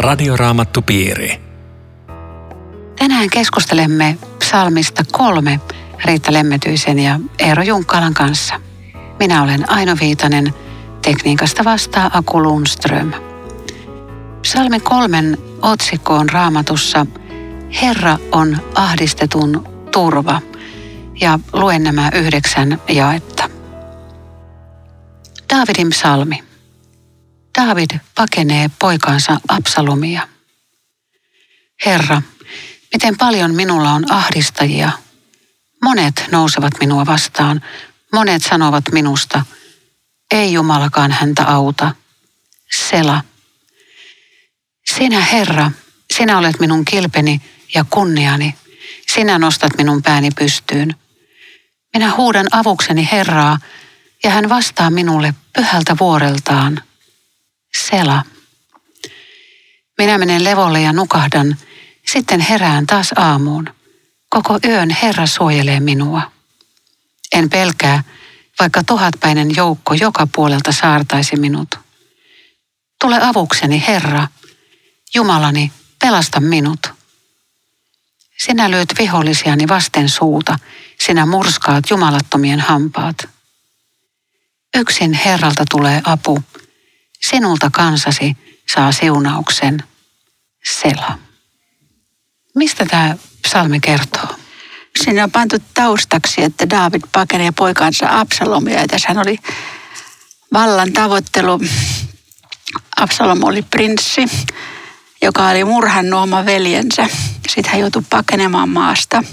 Radioraamattupiiri. Tänään keskustelemme psalmista 3 Riitta Lemmetyisen ja Eero Junkkalan kanssa. Minä olen Aino Viitanen, tekniikasta vastaa Aku Lundström. Psalmi 3 otsikko on Raamatussa Herra on ahdistetun turva, ja luen nämä 9 jaetta. Daavidin psalmi. Daavid pakenee poikaansa Absalomia. Herra, miten paljon minulla on ahdistajia. Monet nousevat minua vastaan, monet sanovat minusta, ei Jumalakaan häntä auta. Sela. Sinä, Herra, sinä olet minun kilpeni ja kunniani. Sinä nostat minun pääni pystyyn. Minä huudan avukseni Herraa, ja hän vastaa minulle pyhältä vuoreltaan. Sela. Minä menen levolle ja nukahdan, sitten herään taas aamuun. Koko yön Herra suojelee minua. En pelkää, vaikka 1000-päinen joukko joka puolelta saartaisi minut. Tule avukseni, Herra. Jumalani, pelasta minut. Sinä lyöt vihollisiani vasten suuta, sinä murskaat jumalattomien hampaat. Yksin Herralta tulee apu, sinulta kansasi saa siunauksen. Sela. Mistä tämä psalmi kertoo? Siinä on pantu taustaksi, että Daavid pakenee poikansa Absalomia, ja tässä oli vallan tavoittelu. Absalom oli prinssi, joka oli murhannut oman veljensä. Sitten hän joutui pakenemaan maasta.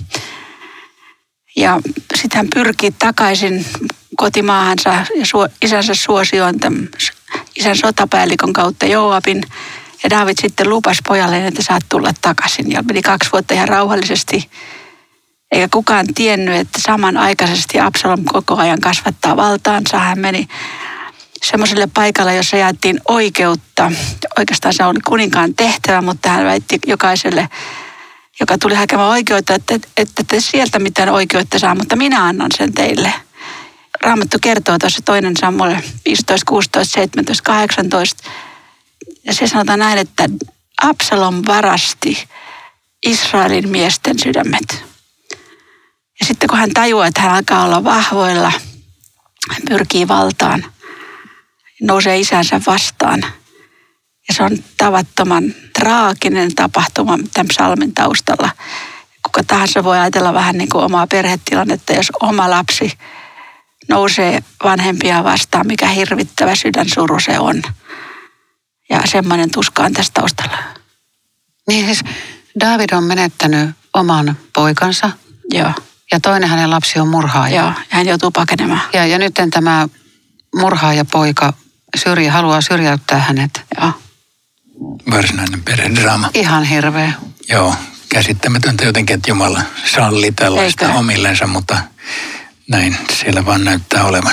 Ja sitten hän pyrki takaisin kotimaahansa ja isänsä suosioon isän sotapäällikön kautta Joabin. Ja Daavid sitten lupasi pojalleen, että saat tulla takaisin. Ja meni 2 vuotta ihan rauhallisesti. Eikä kukaan tiennyt, että samanaikaisesti Absalom koko ajan kasvattaa valtaansa. Hän meni semmoiselle paikalle, jossa jaettiin oikeutta. Oikeastaan se oli kuninkaan tehtävä, mutta hän väitti jokaiselle, joka tuli hakemaan oikeutta, että te sieltä mitään oikeutta saa, mutta minä annan sen teille. Raamattu kertoo tuossa 2 Samuel 15, 16, 17, 18. Ja se sanotaan näin, että Absalom varasti Israelin miesten sydämet. Ja sitten kun hän tajuaa, että hän alkaa olla vahvoilla, hän pyrkii valtaan, nousee isänsä vastaan. Ja se on tavattoman traaginen tapahtuma tämän psalmin taustalla. Kuka tahansa voi ajatella vähän niin kuin omaa perhetilannetta, jos oma lapsi nousee vanhempia vastaan, mikä hirvittävä sydänsuru se on. Ja semmoinen tuska on tässä taustalla. Niin siis Daavid on menettänyt oman poikansa. Joo. Ja toinen hänen lapsi on murhaaja. Joo, ja hän joutuu pakenemaan. Ja nyt tämä murhaajapoika haluaa syrjäyttää hänet. Joo. Varsinainen perhedraama. Ihan hirveä. Joo, käsittämätöntä jotenkin, että Jumala salli tällaista omillensa, mutta näin siellä vaan näyttää olevan.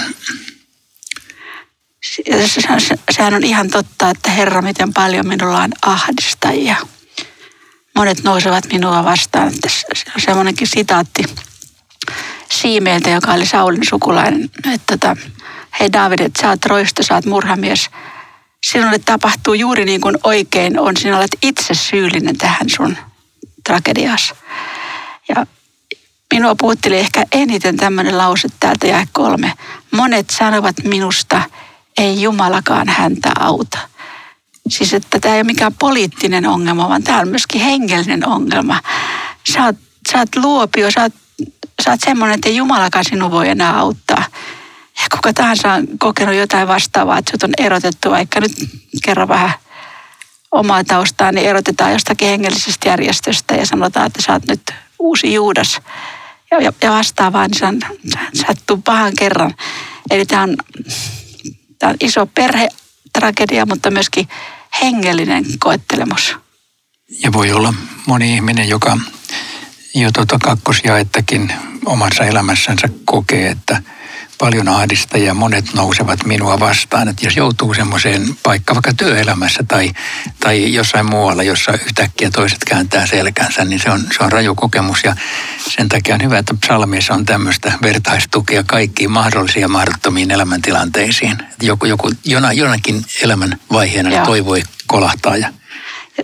Sehän on ihan totta, että Herra, miten paljon minulla on ahdistajia. Monet nousevat minua vastaan. Se on semmoinenkin sitaatti Siimeeltä, joka oli Saulin sukulainen. Että hei Daavid, että sä oot roisto, sä oot murhamies. Sinulle tapahtuu juuri niin kuin oikein on. Sinä olet itse syyllinen tähän sun tragedias. Ja minua puhutteli ehkä eniten tämmöinen lause täältä jae 3. Monet sanovat minusta, ei Jumalakaan häntä auta. Siis että tämä ei ole mikään poliittinen ongelma, vaan tämä on myöskin hengellinen ongelma. Sä oot luopio, sä oot semmoinen, että ei Jumalakaan sinua voi enää auttaa. Ja kuka tahansa on kokenut jotain vastaavaa, että sut on erotettu, vaikka nyt kerran vähän omaa taustaa, niin erotetaan jostakin hengellisestä järjestöstä ja sanotaan, että sä oot nyt uusi Juudas. Ja vastaavaa, niin sä sattuu pahan kerran. Eli tämä on iso perhetragedia, mutta myöskin hengellinen koettelemus. Ja voi olla moni ihminen, joka jo kakkosjaettakin omassa elämässänsä kokee, että paljon ahdistajia, monet nousevat minua vastaan. Että jos joutuu semmoiseen paikkaan vaikka työelämässä tai jossain muualla, jossa yhtäkkiä toiset kääntää selkänsä, niin se on raju kokemus. Ja sen takia on hyvä, että psalmissa on tämmöistä vertaistukea kaikkiin mahdollisiin ja mahdottomiin elämäntilanteisiin. Että jonakin elämän vaiheena toivoi kolahtaa.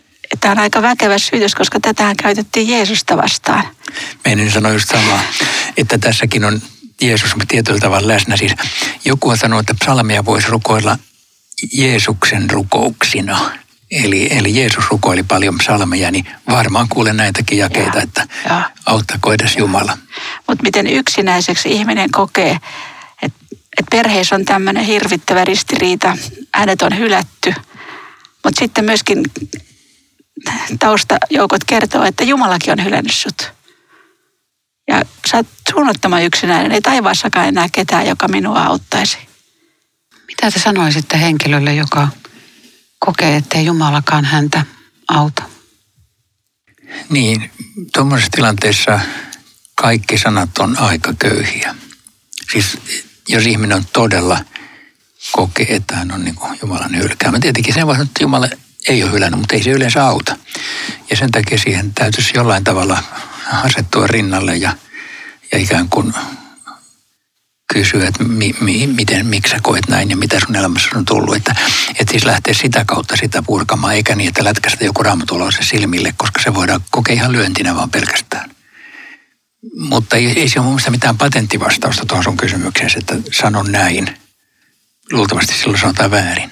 tämä on aika väkevä syytös, koska tätähän käytettiin Jeesusta vastaan. Meidän sanoi just samaa, että tässäkin on Jeesus tietyllä tavalla läsnä. Siis joku on sanonut, että psalmia voisi rukoilla Jeesuksen rukouksina. Eli Jeesus rukoili paljon psalmeja, niin varmaan kuulen näitäkin jakeita, että auttaako edes Jumala. Mutta miten yksinäiseksi ihminen kokee, että perheessä on tämmöinen hirvittävä ristiriita, hänet on hylätty. Mutta sitten myöskin taustajoukot kertoo, että Jumalakin on hylännyt sut. Ja sä oot suunnattoman yksinäinen, ei taivaassakaan enää ketään, joka minua auttaisi. Mitä te sanoisitte henkilölle, joka kokee, ettei Jumalakaan häntä auta? Niin, tuommoisessa tilanteessa kaikki sanat on aika köyhiä. Siis jos ihminen on todella kokee, että hän on niin kuin Jumalan hylkäämä. Tietenkin sen voi sanoa, että Jumala ei ole hylännyt, mutta ei se yleensä auta. Ja sen takia siihen täytyisi jollain tavalla asettua rinnalle ja ikään kuin kysyä, että miksi sä koet näin ja mitä sun elämässä on tullut. Että siis lähtee sitä kautta sitä purkamaan, eikä niin, että lätkästä joku raamatulause silmille, koska se voidaan kokea ihan lyöntinä vaan pelkästään. Mutta ei se ole mun mielestä mitään patenttivastausta tuohon sun kysymykseen, että sanon näin. Luultavasti silloin sanotaan väärin.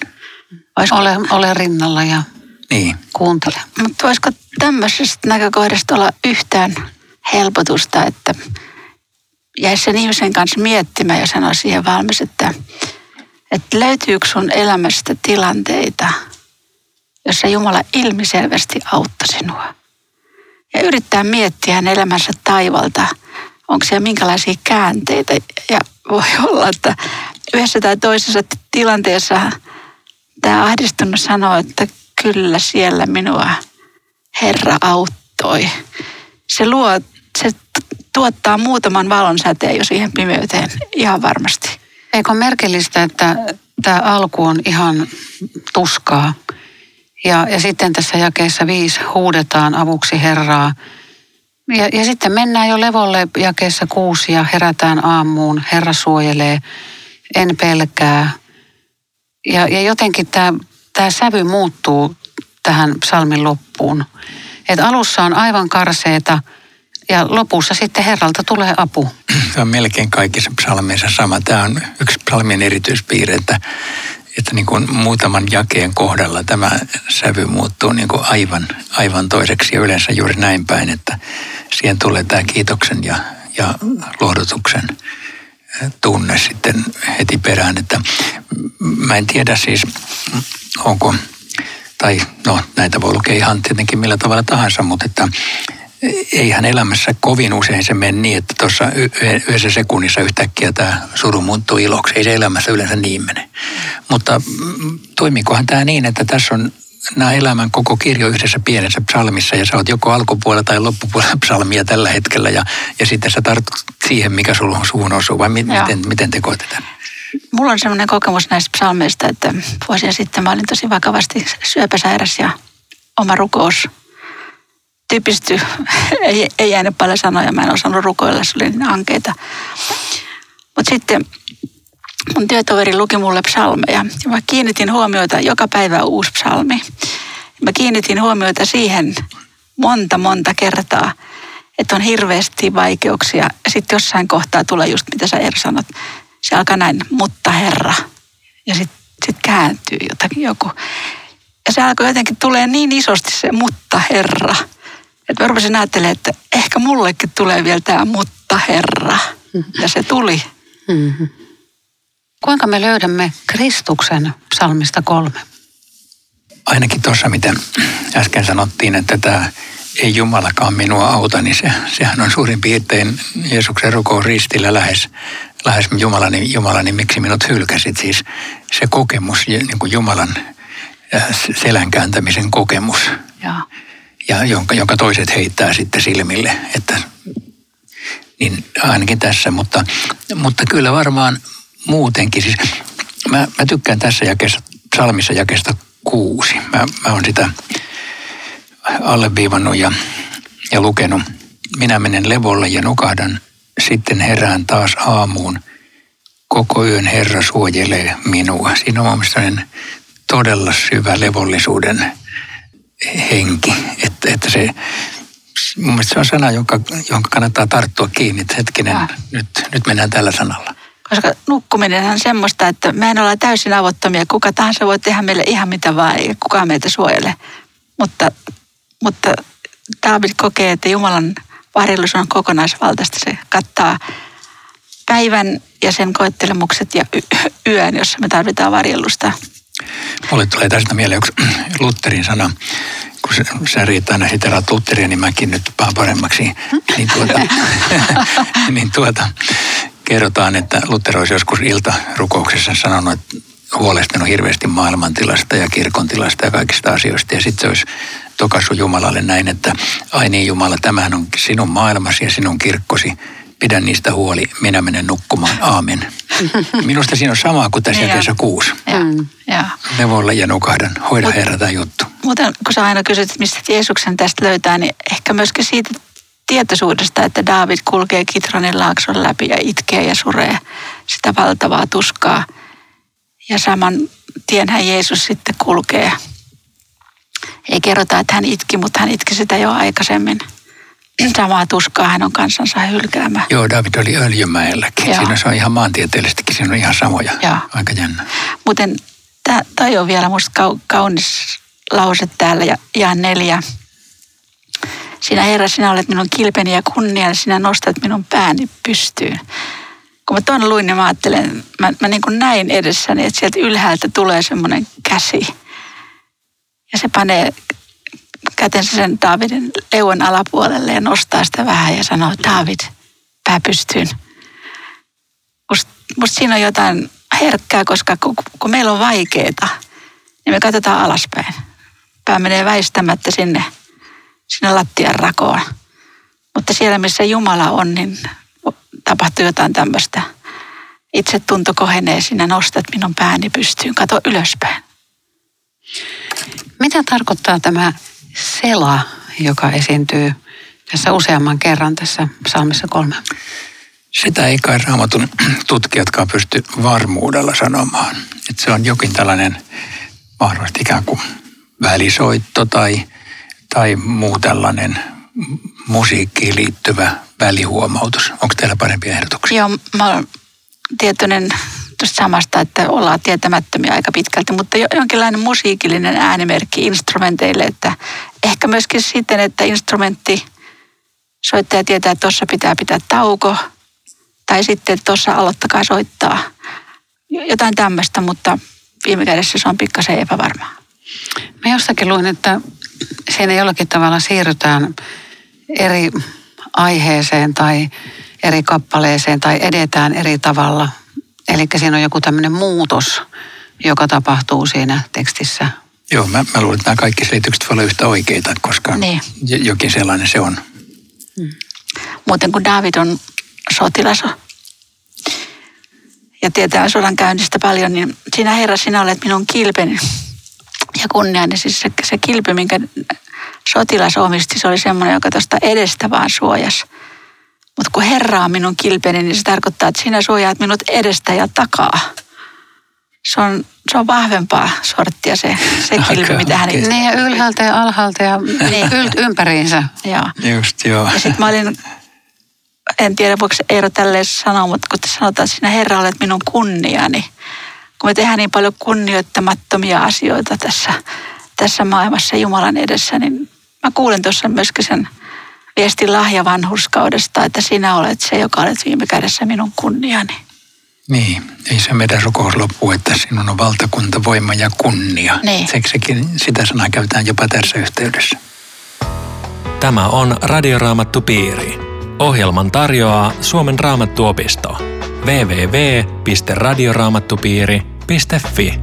Ole rinnalla ja kuuntele. Mutta voisiko tämmöisestä näkökohdasta olla yhtään helpotusta, että jäisi sen ihmisen kanssa miettimään ja sanoa siihen valmis, että löytyykö sun elämästä tilanteita, jossa Jumala ilmiselvästi auttoi sinua. Ja yrittää miettiä hänen elämänsä taivalta, onko siellä minkälaisia käänteitä. Ja voi olla, että yhdessä tai toisessa tilanteessa tämä ahdistunut sanoo, että kyllä siellä minua Herra auttoi. Se tuottaa muutaman valonsäteen jo siihen pimeyteen ihan varmasti. Eikö merkillistä, että tämä alku on ihan tuskaa ja sitten tässä jakeessa 5 huudetaan avuksi Herraa. Ja sitten mennään jo levolle jakeessa 6 ja herätään aamuun. Herra suojelee, en pelkää. Ja jotenkin tämä sävy muuttuu tähän psalmin loppuun. Että alussa on aivan karseeta ja lopussa sitten Herralta tulee apu. Se on melkein kaikissa psalmeissa sama. Tämä on yksi psalmien erityispiirre, että niin kuin muutaman jakeen kohdalla tämä sävy muuttuu niin kuin aivan toiseksi ja yleensä juuri näin päin, että siihen tulee tämä kiitoksen ja lohdutuksen tunne sitten heti perään, että mä en tiedä siis onko, tai näitä voi lukea ihan tietenkin millä tavalla tahansa, mutta että eihän elämässä kovin usein se mene niin, että tuossa yhdessä sekunnissa yhtäkkiä tämä suru muuttuu iloksi. Ei se elämässä yleensä niin mene. Mutta toimiikohan tämä niin, että tässä on nämä elämän koko kirjo yhdessä pienessä psalmissa ja sä oot joko alkupuolella tai loppupuolella psalmia tällä hetkellä ja sitten sä tartut siihen, mikä sulla on suun osuu vai miten te koette tämän? Mulla on semmoinen kokemus näistä psalmeista, että vuosia sitten mä olin tosi vakavasti syöpäsairas ja oma rukous tyypistyi. Ei jäänyt paljon sanoja, mä en osannut rukoilla, se oli niin ankeita. Mutta sitten mun työtoveri luki mulle psalmeja ja mä kiinnitin huomiota, joka päivä uusi psalmi. Mä kiinnitin huomiota siihen monta kertaa, että on hirveästi vaikeuksia. Ja sitten jossain kohtaa tulee just mitä sä Eero sanot. Se alkaa näin, mutta Herra. Ja sitten kääntyy joku. Ja se alkoi jotenkin tulee niin isosti se mutta Herra. Että mä rupesin ajattelemaan, että ehkä mullekin tulee vielä tämä mutta Herra. Ja se tuli. Mm-hmm. Kuinka me löydämme Kristuksen psalmista 3? Ainakin tuossa, mitä äsken sanottiin, että tämä ei Jumalakaan minua auta, niin sehän on suurin piirtein Jeesuksen rukous ristillä lähes Jumalani, miksi minut hylkäsit. Siis se kokemus, niin kuin Jumalan selän kääntämisen kokemus, ja jonka toiset heittää sitten silmille, että niin ainakin tässä, mutta kyllä varmaan muutenkin. Siis mä tykkään tässä psalmissa jakeesta 6. Mä oon sitä alleviivannut ja lukenut. Minä menen levolle ja nukahdan, sitten herään taas aamuun. Koko yön Herra suojelee minua. Siinä on mielestäni todella syvä levollisuuden henki. Että se, mun mielestä se on sana, jonka kannattaa tarttua kiinni, että hetkinen, nyt mennään tällä sanalla. Koska nukkuminen on semmoista, että me en olla täysin avottomia. Kuka tahansa voi tehdä meille ihan mitä vaan, eikä kukaan meitä suojele. Mutta Daavid kokee, että Jumalan varjelus on kokonaisvaltaista. Se kattaa päivän ja sen koettelemukset ja yön, jossa me tarvitaan varjelusta. Mulle tulee tästä mieleen yksi Lutherin sana. Kun sä Riitta aina siteraat Lutheria, niin mäkin nyt pahan paremmaksi. Niin kerrotaan, että Luther olisi joskus iltarukouksessa sanonut, että huolestunut hirveästi maailmantilasta ja kirkon tilasta ja kaikista asioista. Ja sitten se olisi tokaissut Jumalalle näin, että ai niin Jumala, tämähän on sinun maailmasi ja sinun kirkkosi. Pidä niistä huoli, minä menen nukkumaan. Aamen. Minusta siinä on samaa kuin tässä jakeessa 6. Levolla ja nukahdan. Hoida Herra tämä juttu. Muuten kun sä aina kysyt, mistä Jeesuksen tästä löytää, niin ehkä myöskin siitä tietoisuudesta, että Daavid kulkee Kitronin laakson läpi ja itkee ja suree sitä valtavaa tuskaa. Ja saman tienhän Jeesus sitten kulkee. Ei kerrota, että hän itki, mutta hän itki sitä jo aikaisemmin. Samaa tuskaa hän on kansansa hylkäämä. Joo, Daavid oli Öljymäelläkin. Joo. Siinä se on ihan maantieteellisestikin, siinä on ihan samoja. Joo. Aika jännä. Muuten toi on vielä musta kaunis lause täällä, Jaan 4. Sinä Herra, sinä olet minun kilpeni ja kunniani, sinä nostat minun pääni pystyyn. Kun mä tuon luin, niin mä ajattelen, mä niin kuin näin edessäni, että sieltä ylhäältä tulee semmoinen käsi. Ja se panee kätensä sen Daavidin leuan alapuolelle ja nostaa sitä vähän ja sanoo, Daavid, pää pystyyn. Musta siinä on jotain herkkää, koska kun meillä on vaikeeta, niin me katsotaan alaspäin. Pää menee väistämättä sinne lattian rakoon. Mutta siellä, missä Jumala on, niin tapahtuu jotain tämmöistä. Itsetunto kohenee, sinä nostat minun pääni pystyyn. Kato ylöspäin. Mitä tarkoittaa tämä Sela, joka esiintyy tässä useamman kerran tässä psalmissa 3? Sitä ei kai Raamatun tutkijatkaan pysty varmuudella sanomaan. Että se on jokin tällainen mahdollisesti ikään kuin välisoitto tai muu tällainen musiikkiin liittyvä välihuomautus. Onko teillä parempia ehdotuksia? Joo, mä olen tietoinen tuosta samasta, että ollaan tietämättömiä aika pitkälti, mutta jonkinlainen musiikillinen äänimerkki instrumenteille, että ehkä myöskin siten, että instrumenttisoittaja tietää, että tuossa pitää tauko, tai sitten tuossa aloittakaa soittaa. Jotain tämmöistä, mutta viime kädessä se on pikkasen epävarmaa. Mä jostakin luin, että siinä jollakin tavalla siirrytään eri aiheeseen tai eri kappaleeseen tai edetään eri tavalla. Eli siinä on joku tämmöinen muutos, joka tapahtuu siinä tekstissä. Joo, mä luulen, että nämä kaikki selitykset voi olla yhtä oikeita, koska niin. Jokin sellainen se on. Muuten kun Daavid on sotilas ja tietää sodan käynnistä paljon, niin sinä Herra, sinä olet minun kilpeni ja kunniani. Siis se kilpi, minkä sotilas omisti, se oli semmoinen, joka tuosta edestä vaan suojasi. Mutta kun Herra on minun kilpeni, niin se tarkoittaa, että sinä suojaat minut edestä ja takaa. Se on vahvempaa sorttia se kilpi, mitä hän... Niin ja ylhäältä ja alhaalta ja ympäriinsä. Joo. Just joo. Ja sitten mä olin, en tiedä voiko Eero tälleen sanoa, mutta kun sanotaan, että sinä Herra olet minun kunniani. Kun me tehdään niin paljon kunnioittamattomia asioita tässä maailmassa Jumalan edessä, niin mä kuulen tuossa myöskin sen viestin lahjavanhurskaudesta, että sinä olet se, joka olet viime kädessä minun kunniani. Niin, ei se meidän rukous loppu, että sinun on valtakunta, voima ja kunnia. Niin. Sekin sitä sanaa käytetään jopa tässä yhteydessä. Tämä on Radioraamattupiiri. Ohjelman tarjoaa Suomen Raamattuopisto. www.radioraamattupiiri.fi.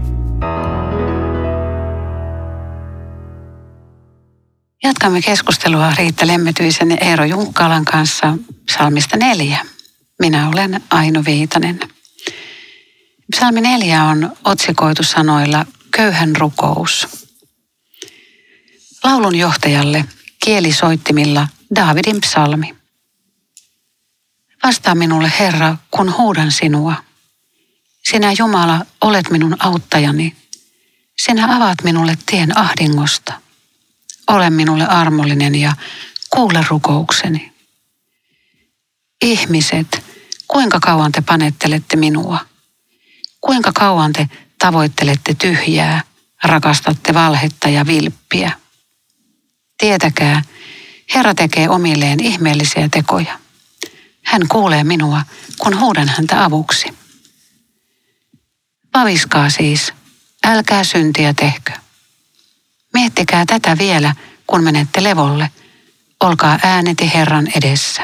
Jatkamme keskustelua Riitta Lemmetyisen ja Eero Junkkalan kanssa psalmista 4. Minä olen Aino Viitanen. Psalmi 4 on otsikoitu sanoilla köyhän rukous. Laulun johtajalle kielisoittimilla Daavidin psalmi. Vastaa minulle, Herra, kun huudan sinua. Sinä, Jumala, olet minun auttajani. Sinä avaat minulle tien ahdingosta. ole minulle armollinen ja kuule rukoukseni. Ihmiset, kuinka kauan te panettelette minua? Kuinka kauan te tavoittelette tyhjää, rakastatte valhetta ja vilppiä? Tietäkää, Herra tekee omilleen ihmeellisiä tekoja. Hän kuulee minua, kun huudan häntä avuksi. Vaviskaa siis, älkää syntiä tehkö. Miettikää tätä vielä, kun menette levolle. Olkaa ääneti Herran edessä.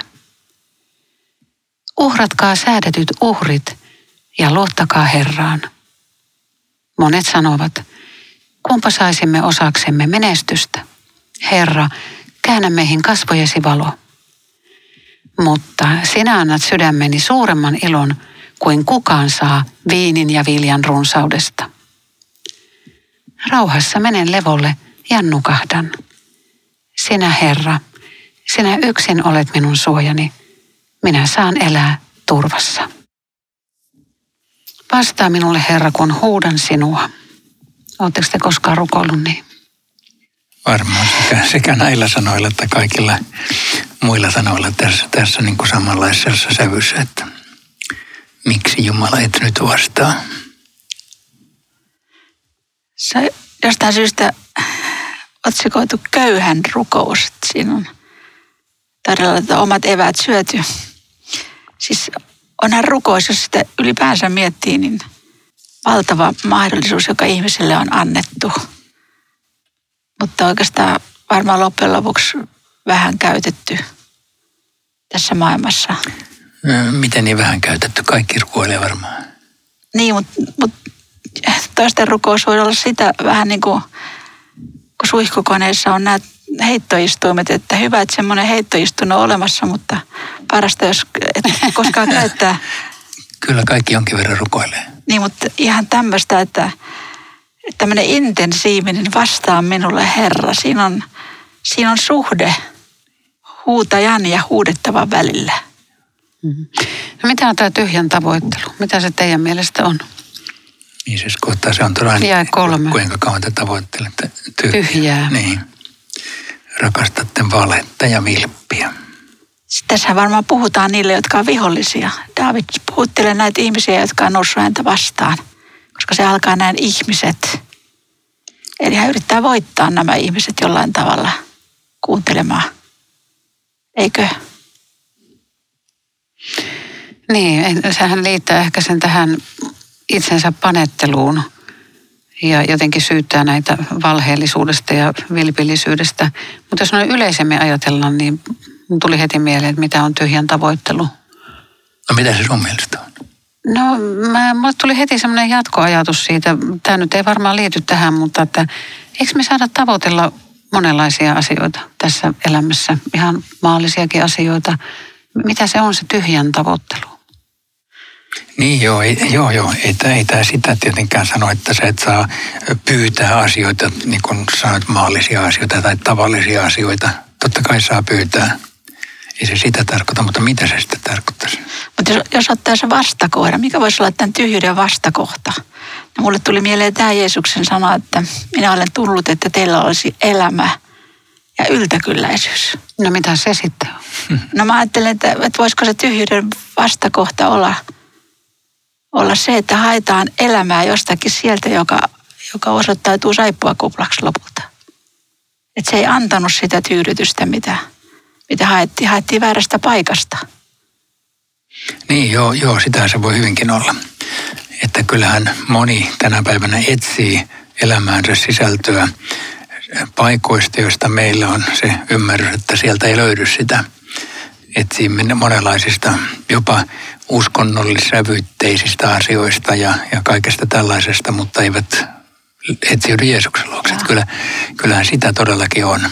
Uhratkaa säädetyt uhrit ja luottakaa Herraan. Monet sanovat, kumpa saisimme osaksemme menestystä. Herra, käännä meihin kasvojesi valo. Mutta sinä annat sydämeni suuremman ilon kuin kukaan saa viinin ja viljan runsaudesta. Rauhassa menen levolle ja nukahdan. Sinä, Herra, sinä yksin olet minun suojani. Minä saan elää turvassa. Vastaa minulle, Herra, kun huudan sinua. Oletteko te koskaan rukoillut niin? Varmaan sekä näillä sanoilla että kaikilla muilla sanoilla tässä niin kuin samanlaisessa sävyssä, että miksi Jumala et nyt vastaa? Se jostain syystä otsikoitu köyhän rukous. Siinä on todella omat eväät syöty. Siis onhan rukous, jos sitä ylipäänsä miettii, niin valtava mahdollisuus, joka ihmiselle on annettu. Mutta oikeastaan varmaan loppujen lopuksi vähän käytetty tässä maailmassa. Miten niin vähän käytetty? Kaikki rukoilee varmaan. Niin, mutta toisten rukous voi olla sitä vähän niin kuin, kun suihkukoneessa on nämä heittoistuimet, että hyvä, että semmoinen heittoistuin on olemassa, mutta parasta, jos et koskaan käyttää. Kyllä kaikki jonkin verran rukoilee. Niin, mutta ihan tämmöistä, että tämmöinen intensiivinen vastaa minulle Herra. Siinä on suhde huutajan ja huudettavan välillä. No mitä on tämä tyhjän tavoittelu? Mitä se teidän mielestä on? Niin siis kohtaa se on todella, Jäi 3. Kuinka kauan te tavoittelette Tyhjää. Niin. Rakastatte valhetta ja vilppiä. Tässä varmaan puhutaan niille, jotka on vihollisia. Daavid puhuttelee näitä ihmisiä, jotka on noussut häntä vastaan, koska se alkaa näin ihmiset. Eli hän yrittää voittaa nämä ihmiset jollain tavalla kuuntelemaan. Eikö? Niin, sehän liittää ehkä sen tähän itsensä panetteluun ja jotenkin syyttää näitä valheellisuudesta ja vilpillisyydestä. Mutta jos noin yleisemmin ajatellaan, niin mun tuli heti mieleen, että mitä on tyhjän tavoittelu. No mitä se sun mielestä on? No, mulle tuli heti semmoinen jatkoajatus siitä. Tämä nyt ei varmaan liity tähän, mutta että eikö me saada tavoitella monenlaisia asioita tässä elämässä, ihan maallisiakin asioita. Mitä se on se tyhjän tavoittelu? Niin joo. Ei tämä sitä tietenkään sano, että sä et saa pyytää asioita, niin kuin sanoit, maallisia asioita tai tavallisia asioita. Totta kai saa pyytää. Ei se sitä tarkoita, mutta mitä se sitten tarkoittaisi? Mutta jos ottaa se vastakohda, mikä voisi olla tämän tyhjyyden vastakohta? No, mulle tuli mieleen tämä Jeesuksen sana, että minä olen tullut, että teillä olisi elämä ja yltäkylläisyys. No mitä se sitten on? No mä ajattelen, että voisiko se tyhjyyden vastakohta olla se, että haetaan elämää jostakin sieltä, joka osoittautuu saippuakuplaksi lopulta. Että se ei antanut sitä tyydytystä, mitä haettiin väärästä paikasta. Niin joo, sitä se voi hyvinkin olla. Että kyllähän moni tänä päivänä etsii elämäänsä sisältöä paikoista, joista meillä on se ymmärrys, että sieltä ei löydy sitä. Etsii monenlaisista, jopa uskonnollissävytteisistä asioista ja kaikesta tällaisesta, mutta eivät etsiydy Jeesuksen luokse. Kyllähän sitä todellakin on.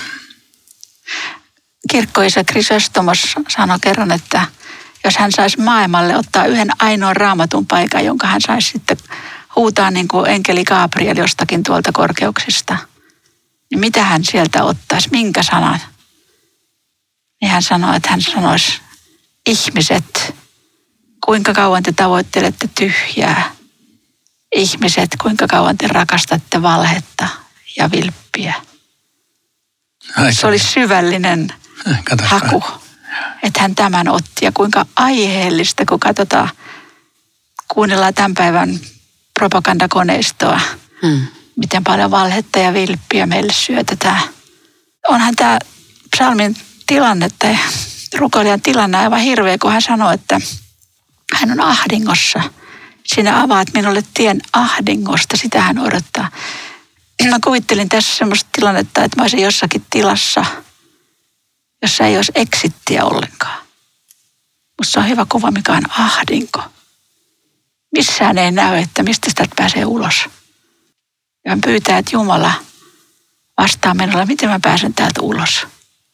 Kirkkoisä Chrysostomos sanoi kerran, että jos hän saisi maailmalle ottaa yhden ainoan raamatun paikan, jonka hän saisi sitten huutaa niin kuin enkeli Gabriel jostakin tuolta korkeuksista, niin mitä hän sieltä ottaisi, minkä sanan? Niin hän sanoi, että hän sanoisi, ihmiset, kuinka kauan te tavoittelette tyhjää? Ihmiset, kuinka kauan te rakastatte valhetta ja vilppiä? Se oli syvällinen haku, että hän tämän otti. Ja kuinka aiheellista, kun kuunnellaan tämän päivän propagandakoneistoa. Miten paljon valhetta ja vilppiä meille syötetään. Onhan tämä psalmin tilanne tai rukoilijan tilanne aivan hirveä, kun hän sanoo, että hän on ahdingossa. Sinä avaat minulle tien ahdingosta, sitä hän odottaa. Mä kuvittelin tässä semmoista tilannetta, että mä olisin jossakin tilassa, jossa ei olisi exittiä ollenkaan. Musta on hyvä kuva, mikä on ahdinko. Missään ei näy, että mistä sitä pääsee ulos. Ja hän pyytää, että Jumala vastaa minulle, miten mä pääsen täältä ulos.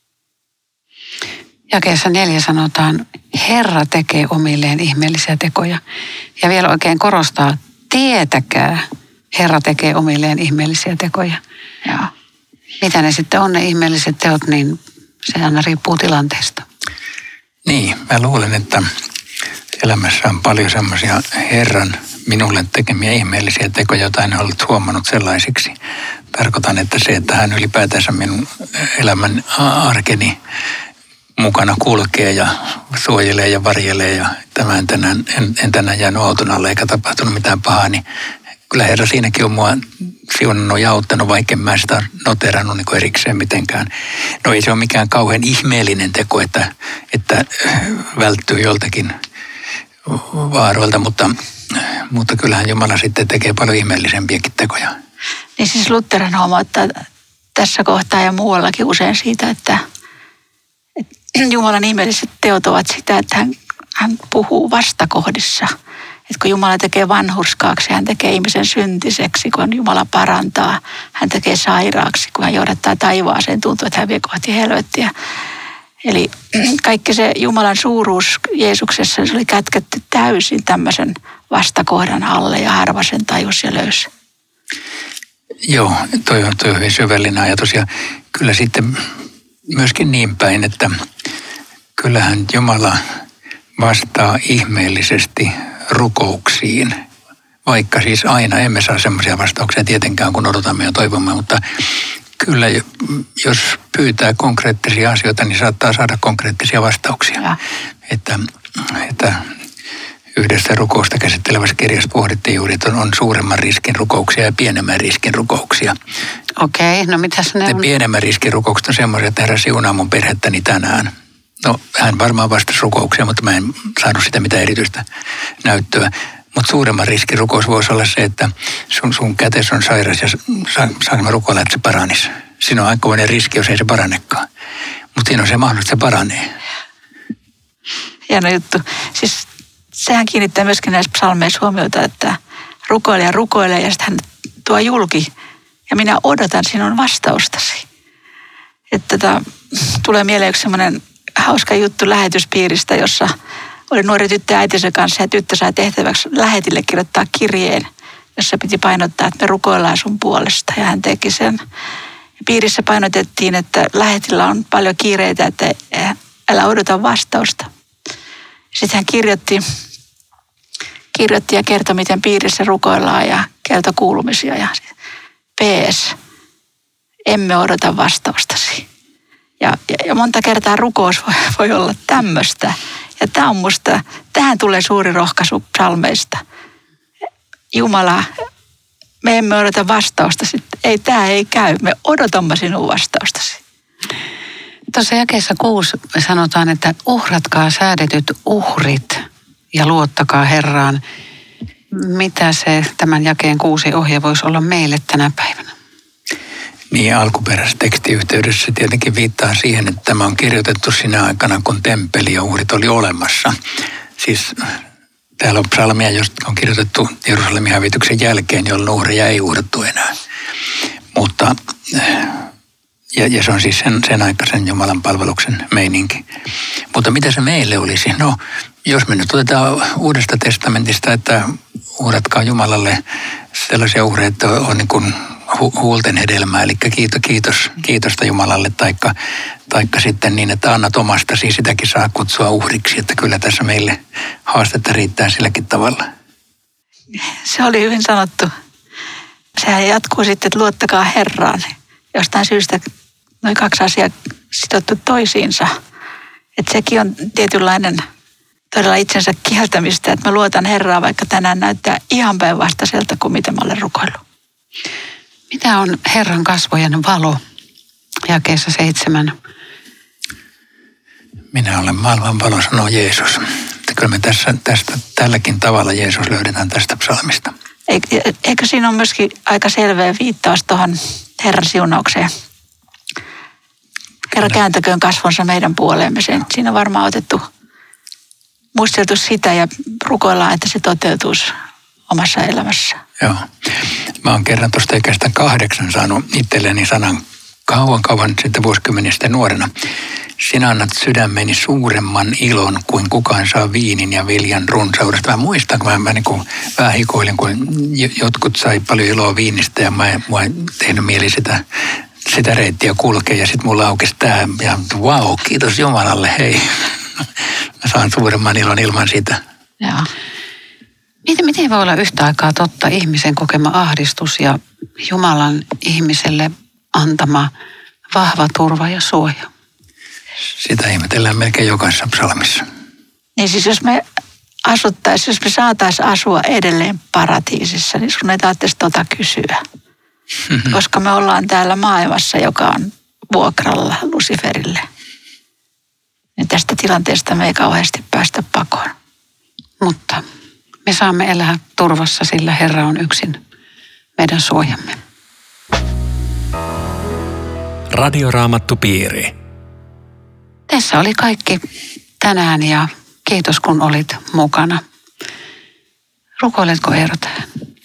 Jakeessa 4 sanotaan, Herra tekee omilleen ihmeellisiä tekoja. Ja vielä oikein korostaa, tietäkää, Herra tekee omilleen ihmeellisiä tekoja. Ja mitä ne sitten on ne ihmeelliset teot, niin se aina riippuu tilanteesta. Niin, mä luulen, että elämässä on paljon semmoisia Herran minulle tekemiä ihmeellisiä tekoja, joita en ollut huomannut sellaisiksi. Tarkoitan, että se, että hän ylipäätänsä minun elämän arkeni mukana kulkee ja suojelee ja varjelee ja en tänään jäänyt auton alle eikä tapahtunut mitään pahaa, niin kyllä Herra siinäkin on mua siunannut ja auttanut, vaikka en mä sitä noterannut niin erikseen mitenkään. No ei se ole mikään kauhean ihmeellinen teko, että välttyy joltakin vaaroilta, mutta kyllähän Jumala sitten tekee paljon ihmeellisempiäkin tekoja. Niin siis Luther huomauttaa tässä kohtaa ja muuallakin usein siitä, että Jumalan ihmeelliset teot ovat sitä, että hän puhuu vastakohdissa. Että kun Jumala tekee vanhurskaaksi, hän tekee ihmisen syntiseksi, kun Jumala parantaa. Hän tekee sairaaksi, kun hän johdattaa taivaaseen, tuntuu, että hän vie kohti helvettiä. Eli kaikki se Jumalan suuruus Jeesuksessa, se oli kätketty täysin tämmöisen vastakohdan alle ja harva sen tajus ja löysi. Joo, toi on hyvin syvällinen ajatus ja kyllä sitten myöskin niin päin, että kyllähän Jumala vastaa ihmeellisesti rukouksiin, vaikka siis aina emme saa semmoisia vastauksia tietenkään, kun odotamme ja toivomme, mutta kyllä jos pyytää konkreettisia asioita, niin saattaa saada konkreettisia vastauksia. Ja. Että yhdessä rukousta käsittelevässä kirjassa pohdittiin juuri, että on suuremman riskin rukouksia ja pienemmän riskin rukouksia. Okei, no mitäs ne on? Ne pienemmän riskin rukoukset on semmoisia, että Herra siunaa mun perhettäni tänään. No, hän varmaan vastasi rukouksia, mutta mä en saanut sitä mitään erityistä näyttöä. Mutta suuremman riskin rukous voisi olla se, että sun kätes on sairas ja saanko mä rukoilla, että se paranisi. Siinä on aikamoinen riski, jos ei se parannekaan. Mutta siinä on se mahdollisuus, että se paranee. Hieno juttu. Siis sehän kiinnittää myöskin näissä psalmeissa huomiota, että rukoilija rukoilee ja sitten hän tuo julki. Ja minä odotan sinun vastaustasi. Että tulee mieleen yksi semmoinen hauska juttu lähetyspiiristä, jossa oli nuori tyttö äitinsä kanssa ja tyttö sai tehtäväksi lähetille kirjoittaa kirjeen, jossa piti painottaa, että me rukoillaan sun puolesta ja hän teki sen. Ja piirissä painotettiin, että lähetillä on paljon kiireitä, että älä odota vastausta. Sitten hän kirjoitti ja kertoi, miten piirissä rukoillaan ja kertoi kuulumisia. Ja PS, emme odota vastaustasi. Ja monta kertaa rukous voi olla tämmöistä. Ja tämä on musta, tähän tulee suuri rohkaisu psalmeista. Jumala, me emme odota vastaustasi. Ei, tämä ei käy. Me odotamme sinun vastaustasi. Tuossa jakeessa 6 sanotaan, että uhratkaa säädetyt uhrit ja luottakaa Herraan. Mitä se tämän jakeen 6 ohje voisi olla meille tänä päivänä? Niin, alkuperäisessä tekstiyhteydessä tietenkin viittaa siihen, että tämä on kirjoitettu sinä aikana, kun temppeli ja uhrit oli olemassa. Siis täällä on psalmia, josta on kirjoitettu Jerusalemin hävityksen jälkeen, jolloin uhreja ei uhrattu enää. Mutta, ja se on siis sen aikaisen Jumalan palveluksen meininki. Mutta mitä se meille olisi? No, jos me nyt otetaan Uudesta testamentista, että uhratkaa Jumalalle sellaisia uhreja, että on niin kuin huulten hedelmää, eli kiitosta Jumalalle, taikka sitten niin, että annat omastasi, sitäkin saa kutsua uhriksi, että kyllä tässä meille haastetta riittää silläkin tavalla. Se oli hyvin sanottu. Sehän jatkuu sitten, että luottakaa Herraan. Jostain syystä noin kaksi asiaa sidottu toisiinsa. Että sekin on tietynlainen todella itsensä kieltämistä, että mä luotan Herraa, vaikka tänään näyttää ihan päinvastaiselta kuin mitä mä olen rukoillut. Mitä on Herran kasvojen valo? Jakeessa 7. Minä olen maailman valo, sanoo Jeesus. Että kyllä me tästä tälläkin tavalla Jeesus löydetään tästä psalmista. Eikö siinä ole myöskin aika selveä viittaus tuohon Herran siunaukseen? Herra kääntäköön kasvonsa meidän puoleemme. Siinä on varmaan muisteltu sitä ja rukoillaan, että se toteutuisi omassa elämässä. Joo. Mä oon kerran tuosta ikästä 8 saanut itselleni sanan kauan sitten vuosikymmenistä nuorena. Sinä annat sydämeni suuremman ilon kuin kukaan saa viinin ja viljan runsaudesta. Mä muistan, kun mä niin kuin vähän hikoilin, kun jotkut sai paljon iloa viinistä ja mä en tehnyt mieli sitä reittiä kulkea. Ja sitten mulla aukesi tää ja vau, kiitos Jumalalle, hei. Mä saan suuremman ilon ilman sitä. Joo. Miten voi olla yhtä aikaa totta ihmisen kokema ahdistus ja Jumalan ihmiselle antama vahva turva ja suoja? Sitä ihmetellään melkein jokaisessa psalmissa. Niin siis jos me saataisiin asua edelleen paratiisissa, niin sun ei tarvitsisi kysyä. Koska me ollaan täällä maailmassa, joka on vuokralla Luciferille. Niin tästä tilanteesta me ei kauheasti päästä pakoon. Mutta me saamme elää turvassa, sillä Herra on yksin meidän suojamme. Radioraamattupiiri. Tässä oli kaikki tänään ja kiitos kun olit mukana. Rukoiletko Eero tähän?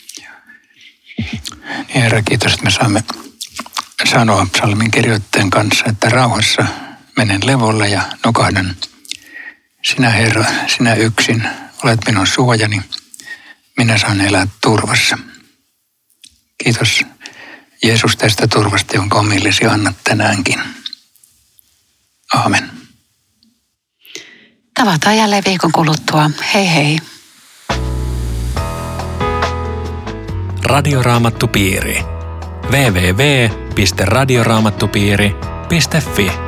Herra, kiitos, että me saamme sanoa psalmin kirjoittajan kanssa, että rauhassa menen levolle ja nukahdan. Sinä Herra, sinä yksin olet minun suojani. Minä saan elää turvassa. Kiitos Jeesus tästä turvasta, jonka omillesi annat tänäänkin. Aamen. Tavataan jälleen viikon kuluttua. Hei hei. Radioraamattupiiri. www.radioraamattupiiri.fi